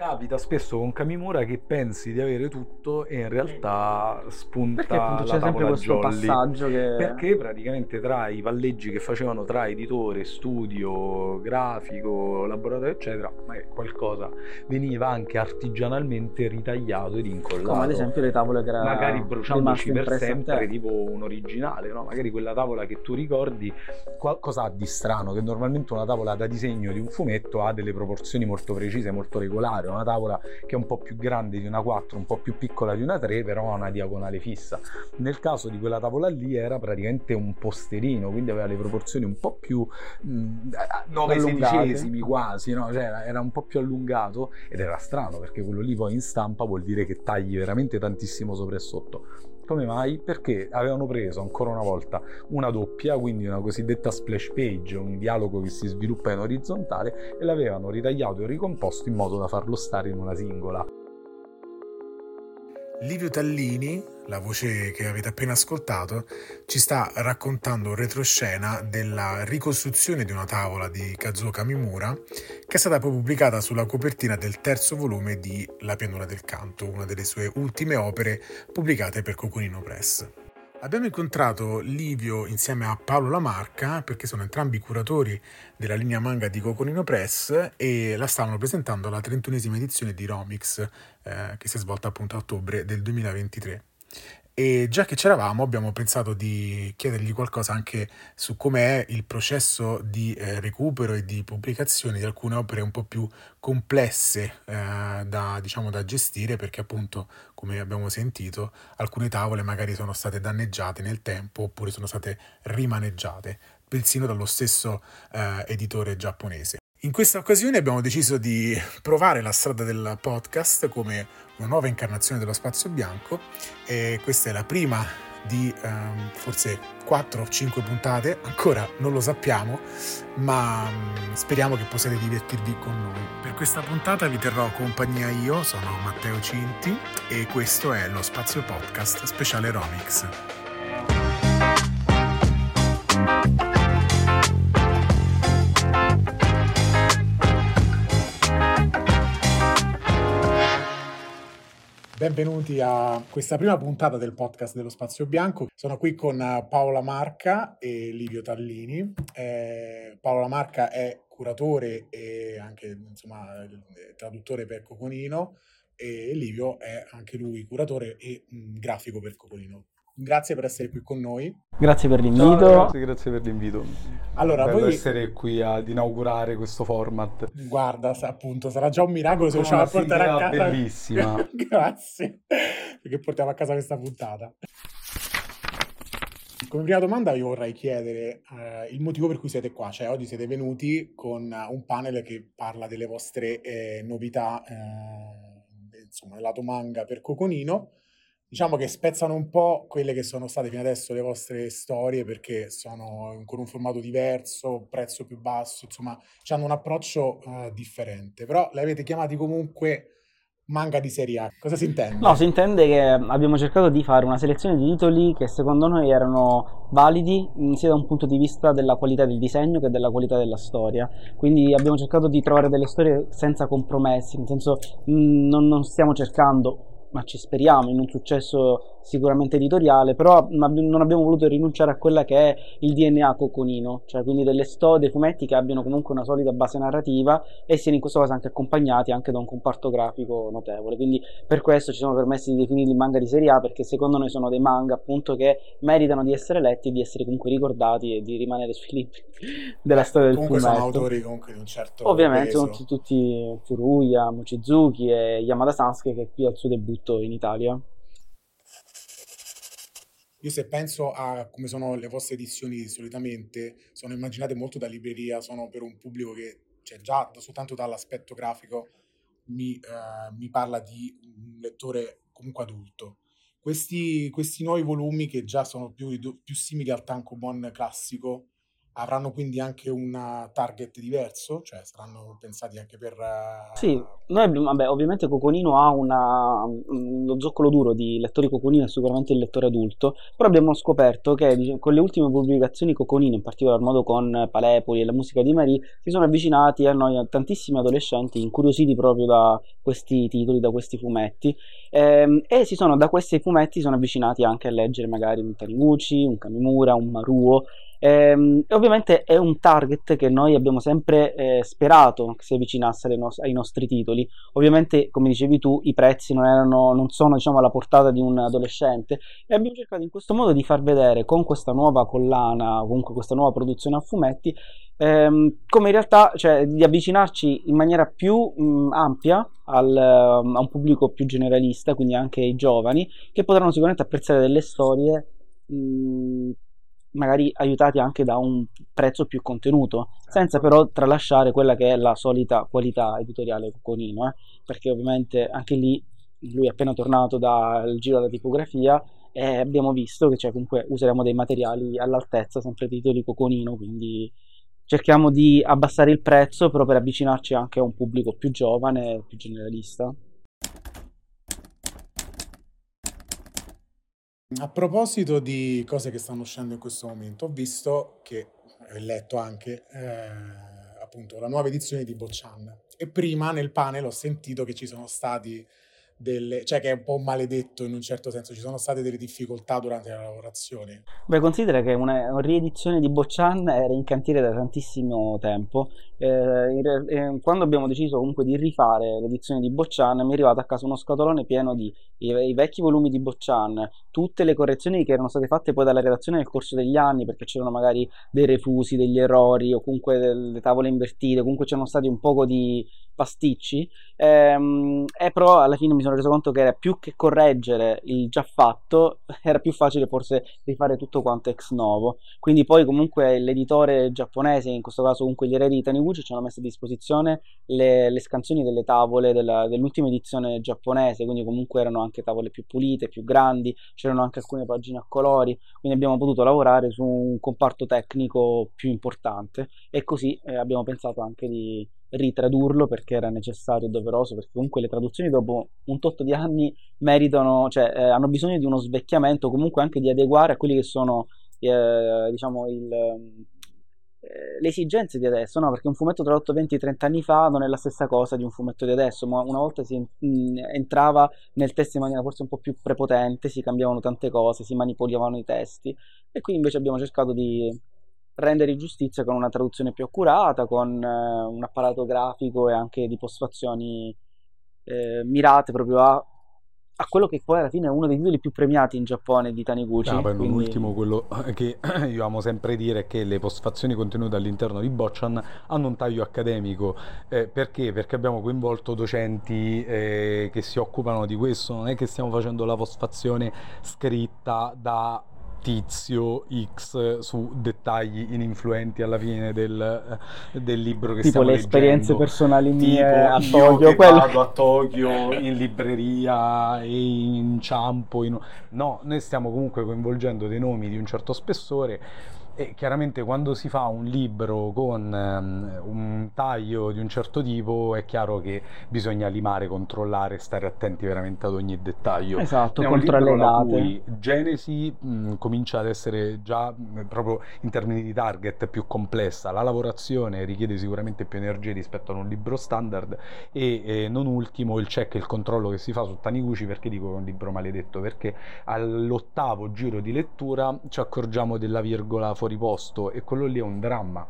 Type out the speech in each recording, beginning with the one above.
Capita spesso con Kamimura che pensi di avere tutto e in realtà Perché appunto spunta la c'è sempre tavola questo jolly. passaggio che... Perché praticamente tra i palleggi che facevano tra editore, studio, grafico, laboratorio, eccetera, qualcosa veniva anche artigianalmente ritagliato ed Come ad incollato, esempio le tavole che magari era bruciandoci rimasto per impresse in sempre, te. tipo un originale, no? Magari quella tavola che tu ricordi, cosa ha di strano? Che normalmente una tavola da disegno di un fumetto ha delle proporzioni molto precise, molto regolari, una tavola che è un po' più grande di una 4, un po' più piccola di una 3, però ha una diagonale fissa. Nel caso di quella tavola lì era praticamente un posterino, quindi aveva le proporzioni un po' più 9 Allungate. sedicesimi quasi, no? Cioè era un po' più allungato ed era strano perché quello lì poi in stampa vuol dire che tagli veramente tantissimo sopra e sotto. Come mai? Perché avevano preso ancora una volta una doppia, quindi una cosiddetta splash page, un dialogo che si sviluppa in orizzontale, e l'avevano ritagliato e ricomposto in modo da farlo stare in una singola. Livio Tallini, la voce che avete appena ascoltato, ci sta raccontando un retroscena della ricostruzione di una tavola di Kazuo Kamimura che è stata poi pubblicata sulla copertina del terzo volume di La pianura del canto, una delle sue ultime opere pubblicate per Coconino Press. Abbiamo incontrato Livio insieme a Paolo Lamarca perché sono entrambi curatori della linea manga di Coconino Press e la stavano presentando alla 31esima edizione di Romix che si è svolta appunto a ottobre del 2023. E già che c'eravamo abbiamo pensato di chiedergli qualcosa anche su com'è il processo di recupero e di pubblicazione di alcune opere un po' più complesse da gestire, perché appunto, come abbiamo sentito, alcune tavole magari sono state danneggiate nel tempo oppure sono state rimaneggiate, persino dallo stesso editore giapponese. In questa occasione abbiamo deciso di provare la strada del podcast come una nuova incarnazione dello Spazio Bianco e questa è la prima di forse 4 o 5 puntate, ancora non lo sappiamo, ma speriamo che possiate divertirvi con noi. Per questa puntata vi terrò compagnia io, sono Matteo Cinti e questo è lo Spazio Podcast speciale Romix. Benvenuti a questa prima puntata del podcast dello Spazio Bianco. Sono qui con Paola Marca e Livio Tallini. Paola Marca è curatore e anche traduttore per Coconino e Livio è anche lui curatore e grafico per Coconino. Grazie per essere qui con noi. Grazie per Ciao l'invito. ragazzi, grazie per l'invito. Allora, Bello voi... essere qui ad inaugurare questo format. Guarda, appunto, sarà già un miracolo se Con riusciamo una a portare a sigla casa. bellissima. Grazie, perché portiamo a casa questa puntata. Come prima domanda vi vorrei chiedere il motivo per cui siete qua, cioè oggi siete venuti con un panel che parla delle vostre novità, insomma, del lato manga per Coconino. Diciamo che spezzano un po' quelle che sono state fino adesso le vostre storie perché sono con un formato diverso, prezzo più basso, insomma, hanno un approccio differente. Però le avete chiamati comunque manga di serie A. Cosa si intende? No, si intende che abbiamo cercato di fare una selezione di titoli che secondo noi erano validi sia da un punto di vista della qualità del disegno che della qualità della storia. Quindi abbiamo cercato di trovare delle storie senza compromessi, nel senso non stiamo cercando, ma ci speriamo, in un successo sicuramente editoriale, però non abbiamo voluto rinunciare a quella che è il DNA Coconino, cioè quindi delle storie, dei fumetti che abbiano comunque una solida base narrativa e siano in questo caso anche accompagnati anche da un comparto grafico notevole. Quindi per questo ci siamo permessi di definirli manga di serie A, perché secondo noi sono dei manga appunto che meritano di essere letti e di essere comunque ricordati e di rimanere sui libri della storia del Comunque fumetto. sono autori comunque di un certo Ovviamente peso. sono tutti Furuya, Mochizuki e Yamada Sansuke, che è qui al suo debutto in Italia. Io se penso a come sono le vostre edizioni solitamente, sono immaginate molto da libreria, sono per un pubblico che cioè, già soltanto dall'aspetto grafico mi parla di un lettore comunque adulto. Questi nuovi volumi che già sono più simili al tankobon classico, avranno quindi anche un target diverso, cioè saranno pensati anche per... Sì, noi vabbè, ovviamente Coconino ha lo zoccolo duro di lettori Coconino è sicuramente il lettore adulto, però abbiamo scoperto che con le ultime pubblicazioni Coconino, in particolar modo con Palepoli e la musica di Marie, si sono avvicinati a noi tantissimi adolescenti incuriositi proprio da questi titoli, da questi fumetti, e da questi fumetti si sono avvicinati anche a leggere magari un Taniguchi, un Kamimura, un Maruo. E ovviamente è un target che noi abbiamo sempre sperato che si avvicinasse ai nostri titoli. Ovviamente, come dicevi tu, i prezzi non sono, diciamo, alla portata di un adolescente, e abbiamo cercato in questo modo di far vedere con questa nuova collana, comunque questa nuova produzione a fumetti, come in realtà, cioè, di avvicinarci in maniera più ampia a un pubblico più generalista, quindi anche ai giovani, che potranno sicuramente apprezzare delle storie magari aiutati anche da un prezzo più contenuto, senza però tralasciare quella che è la solita qualità editoriale Coconino, perché ovviamente anche lì lui è appena tornato dal giro della tipografia e abbiamo visto che comunque useremo dei materiali all'altezza, sempre dei titoli Coconino, quindi cerchiamo di abbassare il prezzo però per avvicinarci anche a un pubblico più giovane, più generalista. A proposito di cose che stanno uscendo in questo momento, ho visto che, ho letto anche, appunto, la nuova edizione di Bochan. E prima nel panel ho sentito che ci sono stati cioè che è un po' maledetto in un certo senso, ci sono state delle difficoltà durante la lavorazione. Beh, considera che una riedizione di Bochan era in cantiere da tantissimo tempo. Quando abbiamo deciso comunque di rifare l'edizione di Bochan, mi è arrivato a casa uno scatolone pieno di i vecchi volumi di Bochan, tutte le correzioni che erano state fatte poi dalla redazione nel corso degli anni, perché c'erano magari dei refusi, degli errori o comunque delle tavole invertite, comunque c'erano stati un poco di pasticci, e però alla fine mi sono reso conto che era più che correggere il già fatto, era più facile forse rifare tutto quanto ex novo. Quindi poi comunque l'editore giapponese, in questo caso comunque gli eredi di Taniguchi, ci hanno messo a disposizione le scansioni delle tavole dell'ultima edizione giapponese, quindi comunque erano anche tavole più pulite, più grandi, c'erano anche alcune pagine a colori, quindi abbiamo potuto lavorare su un comparto tecnico più importante, e così abbiamo pensato anche di ritradurlo perché era necessario e doveroso, perché comunque le traduzioni dopo un tot di anni meritano, cioè hanno bisogno di uno svecchiamento, comunque anche di adeguare a quelli che sono diciamo le esigenze di adesso, no? Perché un fumetto tradotto 20-30 anni fa non è la stessa cosa di un fumetto di adesso, ma una volta si entrava nel testo in maniera forse un po' più prepotente, si cambiavano tante cose, si manipolavano i testi, e qui invece abbiamo cercato di rendere giustizia con una traduzione più accurata, con un apparato grafico e anche di postazioni mirate proprio a quello che poi alla fine è uno dei titoli più premiati in Giappone di Taniguchi. Poi quindi... un ultimo, quello che io amo sempre dire è che le postfazioni contenute all'interno di Bochan hanno un taglio accademico. Perché? Perché abbiamo coinvolto docenti che si occupano di questo, non è che stiamo facendo la postfazione scritta da tizio X su dettagli ininfluenti alla fine del libro che tipo stiamo le esperienze leggendo, personali mie tipo a io Tokyo, che quello... vado a Tokyo in libreria e inciampo no, noi stiamo comunque coinvolgendo dei nomi di un certo spessore, e chiaramente quando si fa un libro con un taglio di un certo tipo è chiaro che bisogna limare, controllare, stare attenti veramente ad ogni dettaglio. Esatto, È un contro libro le la date. cui genesi comincia ad essere già proprio in termini di target più complessa. La lavorazione richiede sicuramente più energie rispetto ad un libro standard, e non ultimo il check e il controllo che si fa su Taniguchi. Perché dico che è un libro maledetto? Perché all'8º giro di lettura ci accorgiamo della virgola fuori posto, e quello lì è un dramma.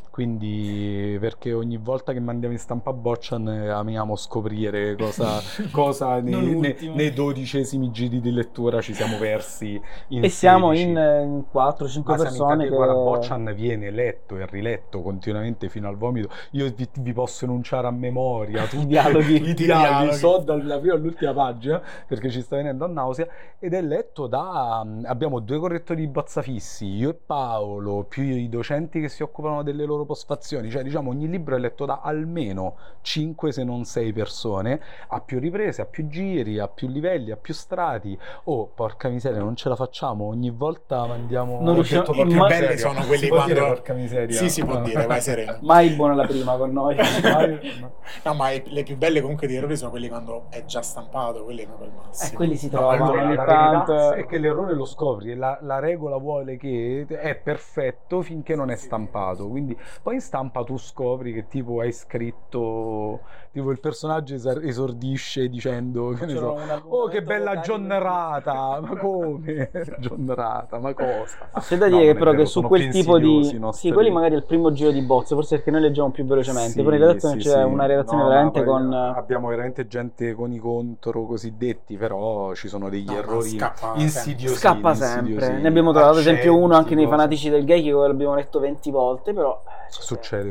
Quindi, perché ogni volta che mandiamo in stampa Bochan amiamo scoprire cosa nei 12esimi giri di lettura ci siamo persi in E siamo 16. in 4-5 persone che... Guarda, Bochan viene letto e riletto continuamente fino al vomito. Io vi posso enunciare a memoria tutti i dialoghi, so dalla prima all'ultima pagina, perché ci sta venendo a nausea. Ed è letto abbiamo 2 correttori di bozza fissi, io e Paolo, più i docenti che si occupano delle loro postfazioni, cioè diciamo ogni libro è letto da almeno 5 se non 6 persone, a più riprese, a più giri, a più livelli, a più strati. Oh, porca miseria, non ce la facciamo, ogni volta mandiamo... Non riusciamo- I più Ma- belli sono quelli Si può quando... dire porca miseria? Sì, si può dire, vai sereno. Mai buona la prima con noi. No, ma le più belle comunque di errori sono quelli quando è già stampato, quelli è proprio il massimo. Quelli si No, trovano allora, ogni la tanto. verità è che l'errore lo scopri e la regola vuole che è perfetto finché non è stampato, quindi poi in stampa tu scopri che tipo hai scritto, tipo il personaggio esordisce dicendo, che ne so, oh che bella giornata, ma come? Giornata, ma cosa? C'è da No, dire non è però vero, che su sono quel più tipo di... insidiosi i nostri- Sì, quelli magari è il primo giro di bozze, forse perché noi leggiamo più velocemente, Sì, però in redazione sì, c'è sì. una redazione No, veramente ma poi con... abbiamo veramente gente con i contro cosiddetti, però ci sono degli No, ma errori scappa insidiosi. Scappa sempre. Ne abbiamo trovato ad esempio uno anche nei fanatici del gay che l'abbiamo letto 20 volte, però... Succede.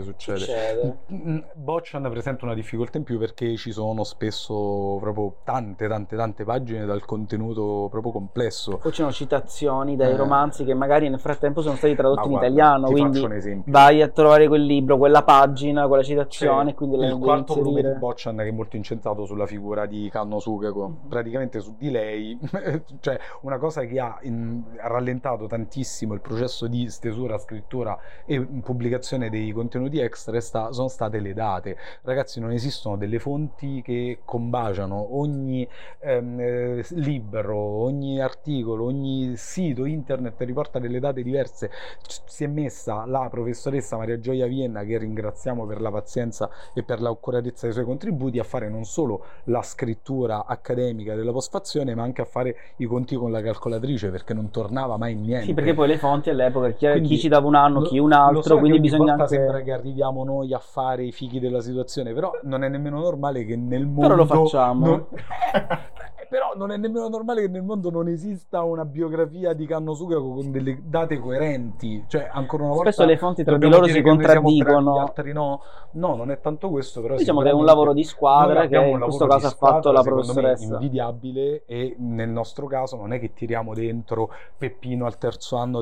Boccian presenta una difficoltà in più perché ci sono spesso proprio tante pagine dal contenuto proprio complesso. Poi ci sono citazioni dai romanzi che magari nel frattempo sono stati tradotti in guarda, italiano, ti quindi faccio un esempio. vai a trovare quel libro, quella pagina, quella citazione, quindi la il devi quarto volume di inserire. Boccian che è molto incentrato sulla figura di Kanno Sugako, praticamente su di lei, cioè una cosa che ha rallentato tantissimo il processo di stesura, scrittura e pubblicazione dei contenuti extra sono state le date. Ragazzi, non esistono delle fonti che combaciano ogni libro, ogni articolo, ogni sito internet riporta delle date diverse. Si è messa la professoressa Maria Gioia Vienna, che ringraziamo per la pazienza e per l'accuratezza dei suoi contributi, a fare non solo la scrittura accademica della postfazione, ma anche a fare i conti con la calcolatrice, perché non tornava mai niente. Sì, perché poi le fonti all'epoca, Quindi, chi ci dava un anno, chi un lo altro, so che quindi ogni bisogna volta anche... sembra che arriviamo noi a fare i fighi della situazione, però non è nemmeno normale che nel mondo... Però lo facciamo. Però non è nemmeno normale che nel mondo non esista una biografia di Kanno Sugako con delle date coerenti. Cioè, ancora una volta, Spesso le fonti tra di dobbiamo loro dire si che noi siamo bravi, contraddicono. gli altri no. No, non è tanto questo, però Diciamo che è un sicuramente lavoro di squadra noi abbiamo che un in questo lavoro caso di ha fatto la squadra, secondo me, professoressa. invidiabile, e nel nostro caso non è che tiriamo dentro Peppino al terzo anno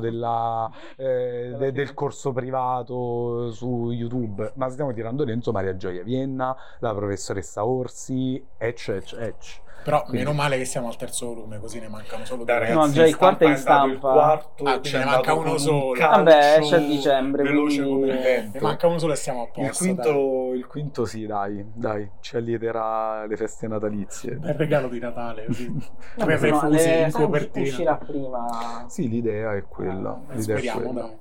del corso privato su YouTube, ma stiamo tirando dentro Maria Gioia Vienna, la professoressa Orsi, ecc. Però Quindi- meno male che siamo al terzo volume, così ne mancano solo Dai, due. ragazzi, No, già il quarto è in andato il stampa. quarto, Ah, quindi ce ne è manca andato uno con solo. un calcio Vabbè, esce a dicembre, veloce quindi- come il Ne vento. manca uno solo e siamo a Il posto. dai. quinto sì, dai, ci allieterà le feste natalizie. Bel regalo di Natale, così. Vabbè, Tre no, refusi in sai, copertina. uscirà prima. Sì, l'idea è quella. L'idea è Speriamo, quella. dai.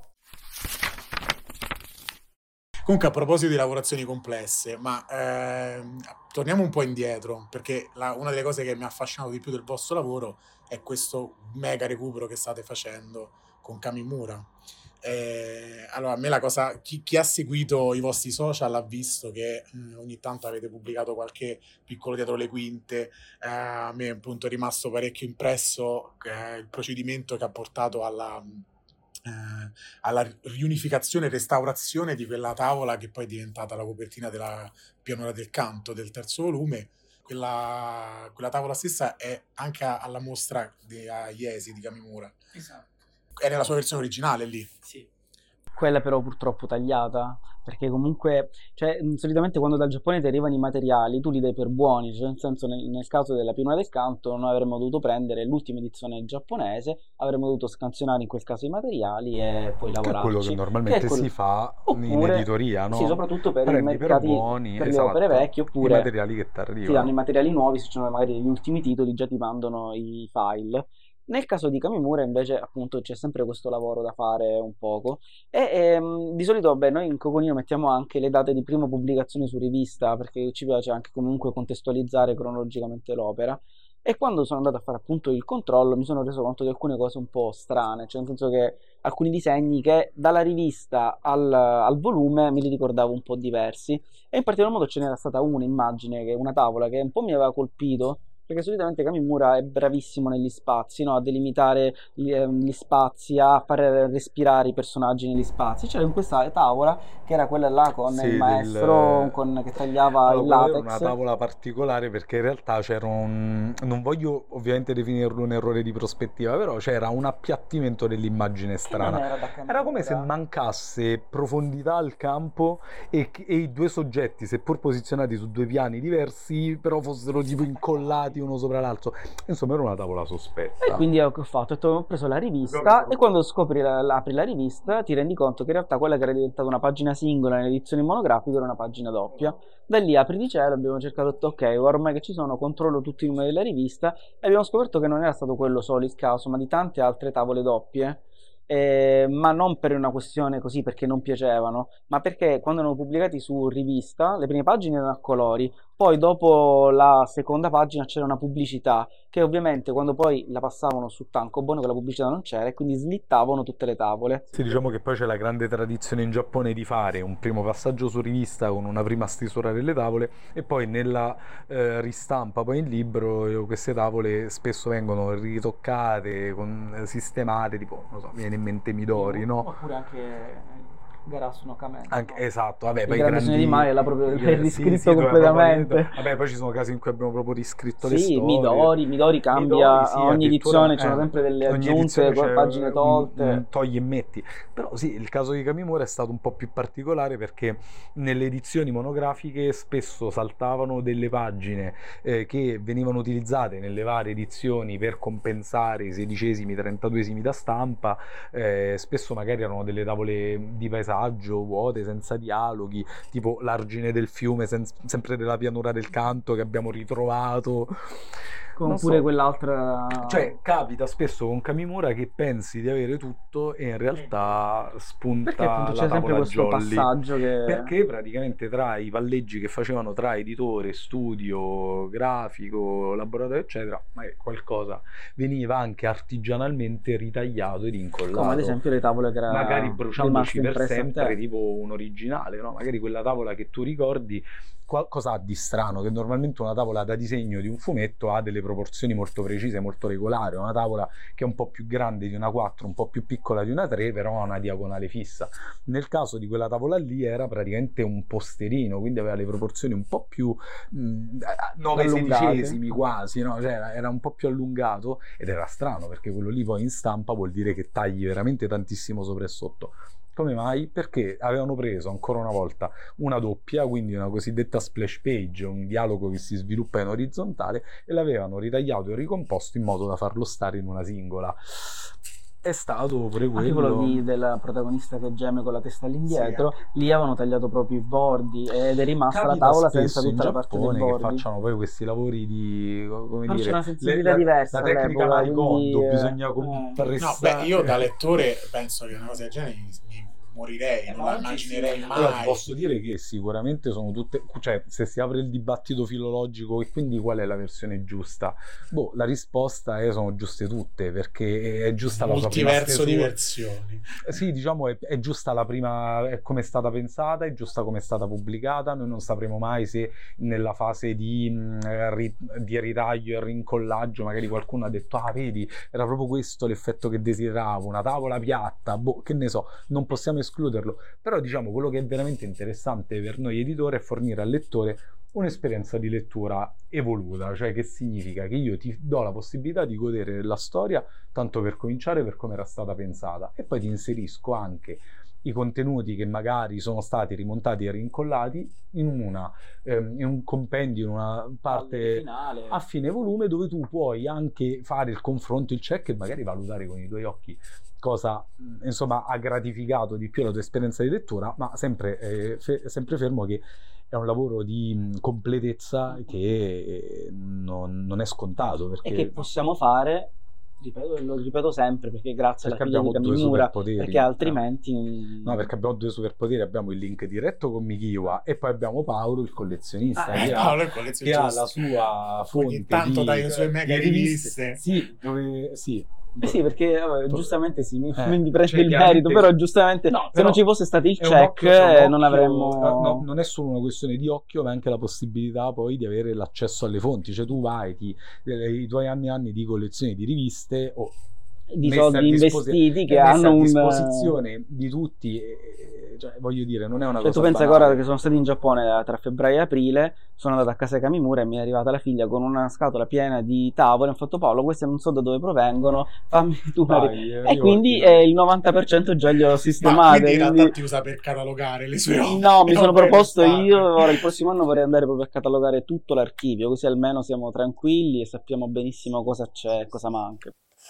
Comunque, a proposito di lavorazioni complesse, ma torniamo un po' indietro, perché una delle cose che mi ha affascinato di più del vostro lavoro è questo mega recupero che state facendo con Kamimura. Allora, a me la cosa, chi ha seguito i vostri social ha visto che ogni tanto avete pubblicato qualche piccolo dietro le quinte. A me appunto è rimasto parecchio impresso il procedimento che ha portato alla riunificazione e restaurazione di quella tavola che poi è diventata la copertina della Pianura del Canto del terzo volume. Quella tavola stessa è anche alla mostra a Iesi di Kamimura. Esatto. È nella sua versione originale lì. Sì. Quella però purtroppo tagliata, perché comunque, cioè, solitamente quando dal Giappone ti arrivano i materiali tu li dai per buoni, cioè nel senso nel caso della Pianura del Canto noi avremmo dovuto prendere l'ultima edizione giapponese, avremmo dovuto scansionare in quel caso i materiali e poi Che è lavorarci. quello che normalmente Che è quello- si fa in Oppure- editoria, no? Sì, soprattutto per i Prendi mercati, per buoni, per le esatto, opere vecchie, i oppure materiali che ti ti danno i arrivano. materiali nuovi, se ci sono magari gli ultimi titoli già ti mandano i file. Nel caso di Kamimura invece appunto c'è sempre questo lavoro da fare un poco e di solito vabbè, noi in Coconino mettiamo anche le date di prima pubblicazione su rivista perché ci piace anche comunque contestualizzare cronologicamente l'opera, e quando sono andato a fare appunto il controllo mi sono reso conto di alcune cose un po' strane, cioè nel senso che alcuni disegni che dalla rivista al volume me li ricordavo un po' diversi, e in particolar modo ce n'era stata una immagine, una tavola che un po' mi aveva colpito perché solitamente Kamimura è bravissimo negli spazi, no? A delimitare gli spazi, a fare respirare i personaggi negli spazi. C'era in questa tavola, che era quella là con il Sì, maestro che tagliava il Allora, quella era una latex. tavola particolare perché in realtà c'era non voglio ovviamente definirlo un errore di prospettiva, però c'era un appiattimento dell'immagine Che non strana. era da Era come se Kamimura. mancasse profondità al campo e i due soggetti, seppur posizionati su due piani diversi, però fossero tipo incollati uno sopra l'altro. Insomma, era una tavola E sospetta. quindi ho fatto? Ho detto, ho preso la rivista e quando scopri apri la rivista ti rendi conto che in realtà quella che era diventata una pagina singola nelle edizioni monografiche era una pagina doppia. Da lì apri di cielo, abbiamo cercato, ok, ormai che ci sono, controllo tutti i numeri della rivista e abbiamo scoperto che non era stato quello solo il caso, ma di tante altre tavole doppie. Ma non per una questione così perché non piacevano, ma perché quando erano pubblicati su rivista le prime pagine erano a colori, poi dopo la seconda pagina c'era una pubblicità che ovviamente quando poi la passavano su Tankobon quella pubblicità non c'era e quindi slittavano tutte le tavole. Sì, diciamo che poi c'è la grande tradizione in Giappone di fare un primo passaggio su rivista con una prima stesura delle tavole e poi nella ristampa, poi in libro, queste tavole spesso vengono ritoccate, sistemate, tipo, non so, mi viene in mente Midori, no? Oppure anche Garasu no Kamen, no? Esatto, vabbè, Il poi i grande sogno di Mario l'ha proprio sì, riscritto dove proprio completamente. vabbè, poi ci sono casi in cui abbiamo proprio riscritto le Sì, storie. Midori cambia, Midori, sì, ogni addirittura edizione c'erano sempre delle ogni aggiunte, edizione c'è pagine un tolte. togli e metti. Però sì, il caso di Kamimura è stato un po' più particolare perché nelle edizioni monografiche spesso saltavano delle pagine che venivano utilizzate nelle varie edizioni per compensare i sedicesimi, trentaduesimi da stampa. Spesso magari erano delle tavole di paesaggio vuote, senza dialoghi, tipo l'argine del fiume, sempre della pianura del Canto che abbiamo ritrovato. Con Non pure so, quell'altra. cioè capita spesso con Kamimura che pensi di avere tutto e in realtà Perché spunta appunto la c'è sempre tavola questo jolly. passaggio che. Perché praticamente tra i palleggi che facevano tra editore, studio, grafico, laboratorio, eccetera, magari qualcosa veniva anche artigianalmente ritagliato ed Come ad incollato, esempio le tavole che magari era bruciandoci rimasto per impressa a sempre, te. tipo un originale, no? Magari quella tavola che tu ricordi, cosa ha di strano? Che normalmente una tavola da disegno di un fumetto ha delle proporzioni molto precise, molto regolari, una tavola che è un po' più grande di una 4, un po' più piccola di una 3, però ha una diagonale fissa. Nel caso di quella tavola lì era praticamente un posterino, quindi aveva le proporzioni un po' più 9 Allungate. sedicesimi quasi, no? Cioè era un po' più allungato ed era strano perché quello lì poi in stampa vuol dire che tagli veramente tantissimo sopra e sotto. Come mai? Perché avevano preso ancora una volta una doppia, quindi una cosiddetta splash page, un dialogo che si sviluppa in orizzontale, e l'avevano ritagliato e ricomposto in modo da farlo stare in una singola. È stato pure Anche quello quello. del protagonista che geme con la testa Sì, all'indietro, anche lì avevano tagliato proprio i bordi ed è rimasta la Capita tavola senza spesso in tutta la parte dei Giappone che bordi. facciano poi questi lavori di, come Però c'è dire, una sensibilità la diversa tecnica all'epoca, quindi. Maricondo, bisogna No, beh, io da compressare. lettore penso che una cosa del genere mi morirei, non Ma la oggi sì. immaginerei Allora ti mai. posso dire che sicuramente sono tutte, cioè se si apre il dibattito filologico e quindi qual è la versione giusta? Boh, la risposta è sono giuste tutte, perché è giusta la sua prima Multiverso di stesura. versioni. Sì, diciamo è giusta la prima, è come è stata pensata, è giusta come è stata pubblicata, noi non sapremo mai se nella fase di ritaglio e rincollaggio magari qualcuno ha detto ah vedi, era proprio questo l'effetto che desideravo, una tavola piatta, boh, che ne so, non possiamo escluderlo, però diciamo quello che è veramente interessante per noi editori è fornire al lettore un'esperienza di lettura evoluta, cioè che significa che io ti do la possibilità di godere della storia tanto per cominciare per come era stata pensata e poi ti inserisco anche i contenuti che magari sono stati rimontati e rincollati in un compendio, in una parte Finale. a fine volume dove tu puoi anche fare il confronto, il check e magari valutare con i tuoi occhi cosa insomma ha gratificato di più la tua esperienza di lettura, ma sempre, sempre fermo che è un lavoro di completezza che non è scontato E che perché possiamo fare, lo ripeto sempre, perché grazie alla figlia di abbiamo due Kamimura, superpoteri. perché altrimenti. No, perché abbiamo due superpoteri, abbiamo il link diretto con Mikiwa e poi abbiamo Paolo, il collezionista, Paolo è che collezionista. ha la sua fonte Ogni tanto dai le sue mega di riviste. Sì, dove, sì, Sì, perché giustamente sì, mi prende cioè, il merito, però giustamente no, se non ci fosse stato il è un check occhio- è un non occhio- avremmo... no, non è solo una questione di occhio, ma anche la possibilità poi di avere l'accesso alle fonti. Cioè tu vai, i tuoi anni e anni di collezioni di riviste o di soldi investiti che messe hanno a un... disposizione di tutti, cioè, voglio dire, non è una Cioè, cosa tu pensa che banale. ora che sono stato in Giappone tra febbraio e aprile, sono andato a casa Kamimura e mi è arrivata la figlia con una scatola piena di tavole. Ho fatto: Paolo, queste non so da dove provengono, fammi tu una... Vai, E quindi il 90% già li ho Ma sistemate. quindi in realtà quindi- ti usa per catalogare le sue opere. No, mi sono opere proposto state. io, ora il prossimo anno vorrei andare proprio a catalogare tutto l'archivio, così almeno siamo tranquilli e sappiamo benissimo cosa c'è e cosa manca.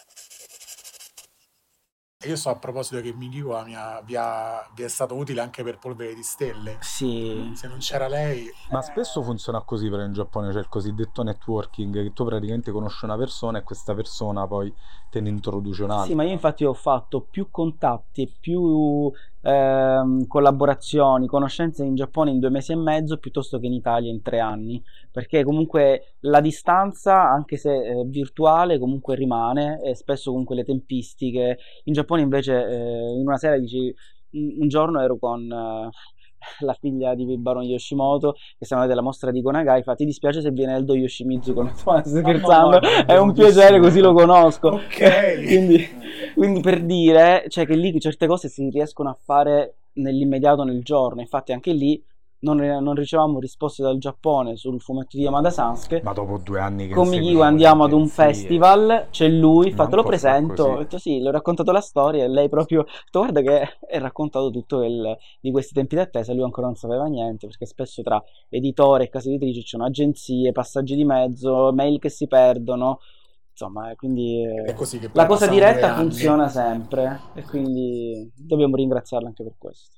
Io so a proposito che Mikiwa vi è stato utile anche per Polvere di Stelle. Sì. Se non c'era lei... Ma spesso funziona così però in Giappone, c'è il cosiddetto networking, che tu praticamente conosci una persona e questa persona poi te ne introduce un'altra. Sì, ma io infatti ho fatto più contatti e più collaborazioni, conoscenze in Giappone in 2 mesi e mezzo piuttosto che in Italia in 3 anni, perché comunque la distanza, anche se virtuale, comunque rimane e spesso comunque le tempistiche. In Giappone invece in una sera dici, un giorno ero con la figlia di Baron Yoshimoto che siamo andati alla mostra di Gonagai, fa: ti dispiace se viene Eldo Yoshimitsu con me? Stai scherzando? È un piacere, così lo conosco. Ok. quindi per dire, cioè, che lì certe cose si riescono a fare nell'immediato, nel giorno. Infatti anche lì non ricevamo risposte dal Giappone sul fumetto di Yamada Sansuke. Ma dopo 2 anni che Con seguivo Mikiwa andiamo ad un agenzie, festival, c'è lui, non te lo può far presento, così. ho detto sì, le ho raccontato la storia e lei proprio, ho detto, guarda che è raccontato tutto di questi tempi d'attesa, lui ancora non sapeva niente, perché spesso tra editore e casa editrice ci sono agenzie, passaggi di mezzo, mail che si perdono, insomma, quindi È così che poi la cosa passano 2 diretta anni. funziona sempre e quindi dobbiamo ringraziarla anche per questo.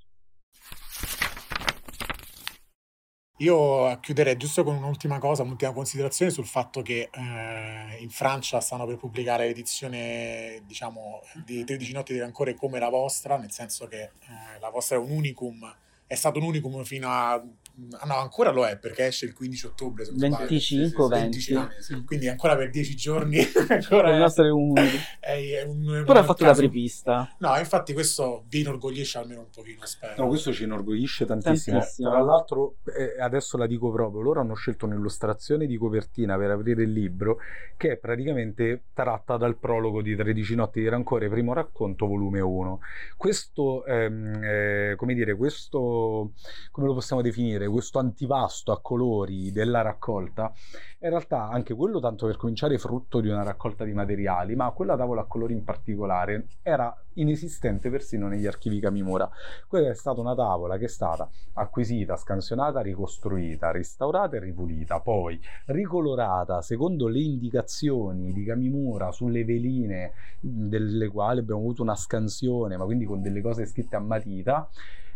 Io chiuderei giusto con un'ultima cosa, un'ultima considerazione sul fatto che in Francia stanno per pubblicare l'edizione, diciamo, di 13 notti di rancore come la vostra, nel senso che la vostra è un unicum, è stato un unicum fino a... Ah, no, ancora lo è perché esce il 15 ottobre, se non sbaglio. 25 o 20. 25, quindi ancora per 10 giorni. Ancora Il nostro è un... Però è fatto da caso- apripista. No, infatti questo vi inorgoglisce almeno un pochino, spero. No, questo ci inorgoglisce tantissimo. Tantissimo. Tra l'altro, adesso la dico proprio, loro hanno scelto un'illustrazione di copertina per aprire il libro che è praticamente tratta dal prologo di 13 notti di rancore, primo racconto, volume 1. Questo, come dire, questo, come lo possiamo definire? Questo antipasto a colori della raccolta, in realtà anche quello, tanto per cominciare, frutto di una raccolta di materiali, ma quella tavola a colori in particolare era inesistente persino negli archivi Kamimura. Quella è stata una tavola che è stata acquisita, scansionata, ricostruita, restaurata e ripulita, poi ricolorata secondo le indicazioni di Kamimura sulle veline, delle quali abbiamo avuto una scansione, ma quindi con delle cose scritte a matita,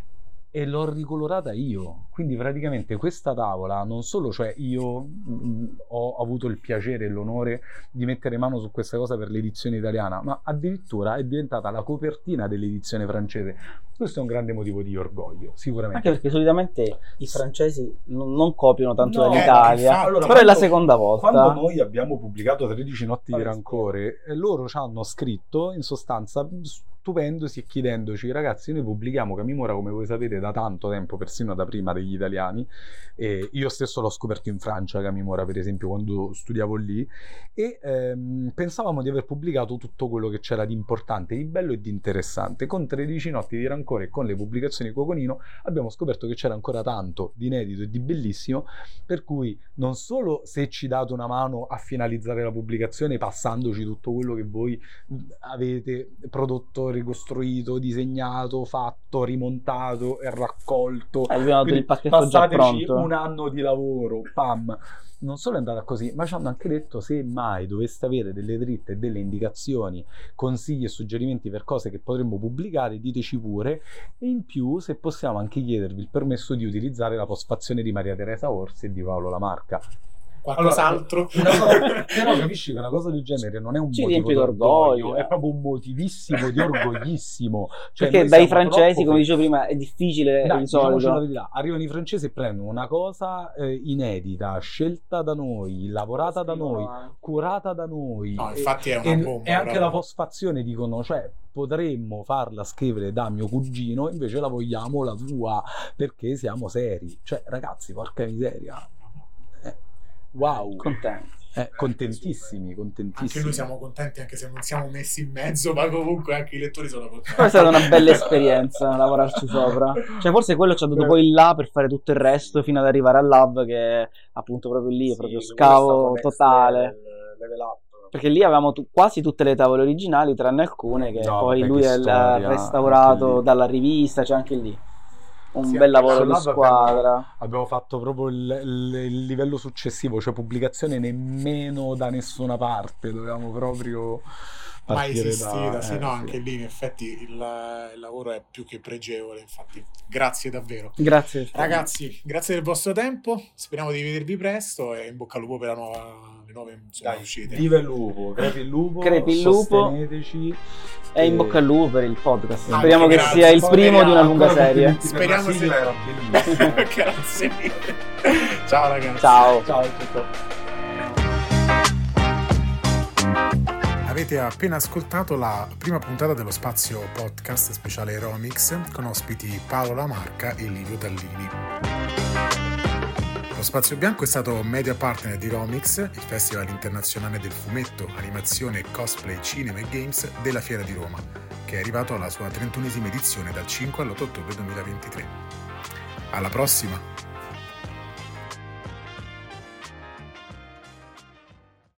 e l'ho ricolorata io. Quindi praticamente questa tavola, non solo, cioè io ho avuto il piacere e l'onore di mettere mano su questa cosa per l'edizione italiana, ma addirittura è diventata la copertina dell'edizione francese. Questo è un grande motivo di orgoglio, sicuramente. Anche perché solitamente i francesi non copiano tanto No, dall'Italia, infatti. Allora, però è la quando- seconda volta. Quando noi abbiamo pubblicato 13 notti di rancore, loro ci hanno scritto in sostanza stupendosi e chiedendoci: ragazzi, noi pubblichiamo Kamimura, come voi sapete, da tanto tempo, persino da prima degli italiani, e io stesso l'ho scoperto in Francia, Kamimura, per esempio, quando studiavo lì, e pensavamo di aver pubblicato tutto quello che c'era di importante, di bello e di interessante. Con 13 notti di rancore e con le pubblicazioni Coconino abbiamo scoperto che c'era ancora tanto di inedito e di bellissimo, per cui non solo se ci date una mano a finalizzare la pubblicazione passandoci tutto quello che voi avete prodotto, ricostruito, disegnato, fatto, rimontato e raccolto, Abbiamo dato quindi il pacchetto già passateci pronto. un anno di lavoro, pam. Non solo è andata così, ma ci hanno anche detto: se mai doveste avere delle dritte, delle indicazioni, consigli e suggerimenti per cose che potremmo pubblicare, diteci pure, e in più se possiamo anche chiedervi il permesso di utilizzare la postfazione di Maria Teresa Orsi e di Paolo Lamarca. qualcos'altro. Però capisci che una cosa del genere non è un Ci motivo riempie d'orgoglio, è proprio un motivissimo di orgoglissimo. Cioè, perché noi dai siamo francesi, troppo come dicevo prima, è difficile Dai, di diciamoci la solito. verità, arrivano i francesi e prendono una cosa inedita, scelta da noi, lavorata da noi, curata da noi. No, infatti è una bomba. E anche proprio. la postfazione dicono, cioè, potremmo farla scrivere da mio cugino, invece la vogliamo la tua, perché siamo seri. Cioè, ragazzi, porca miseria. Wow. Contenti. Contentissimi. Anche noi siamo contenti, anche se non siamo messi in mezzo, ma comunque anche i lettori sono contenti. Però è stata una bella esperienza lavorarci sopra. Cioè, forse quello ci ha dato poi il là per fare tutto il resto fino ad arrivare al lab, che appunto proprio lì è proprio scavo totale. Level up. Perché lì avevamo quasi tutte le tavole originali, tranne alcune che No, poi vabbè, lui che ha storia, restaurato anche lì. dalla rivista, c'è anche lì un Sì, bel anche lavoro sul di lab squadra. Abbiamo fatto proprio il livello successivo, cioè pubblicazione nemmeno da nessuna parte, dovevamo proprio Mai partire esistita, sì, no, sì. anche lì in effetti il lavoro è più che pregevole, infatti grazie davvero. Grazie. Ragazzi, grazie del vostro tempo, speriamo di vedervi presto e in bocca al lupo per le nuove insomma, Dai, uscite. viva il lupo, crepi il lupo, Crepi il lupo. sosteneteci. E in bocca al lupo per il podcast. Anche Speriamo che grazie. sia il Poi primo di una Ancora lunga serie. complimenti per la Speriamo sigla, era bellissima. Grazie mille. Ciao ragazzi. Ciao. Ciao, ciao. Avete appena ascoltato la prima puntata dello Spazio Podcast speciale Romix con ospiti Paolo Lamarca e Livio Dallini. Lo Spazio Bianco è stato media partner di Romix, il Festival internazionale del fumetto, animazione, cosplay, cinema e games della Fiera di Roma, che è arrivato alla sua 31esima edizione dal 5 all'8 ottobre 2023. Alla prossima!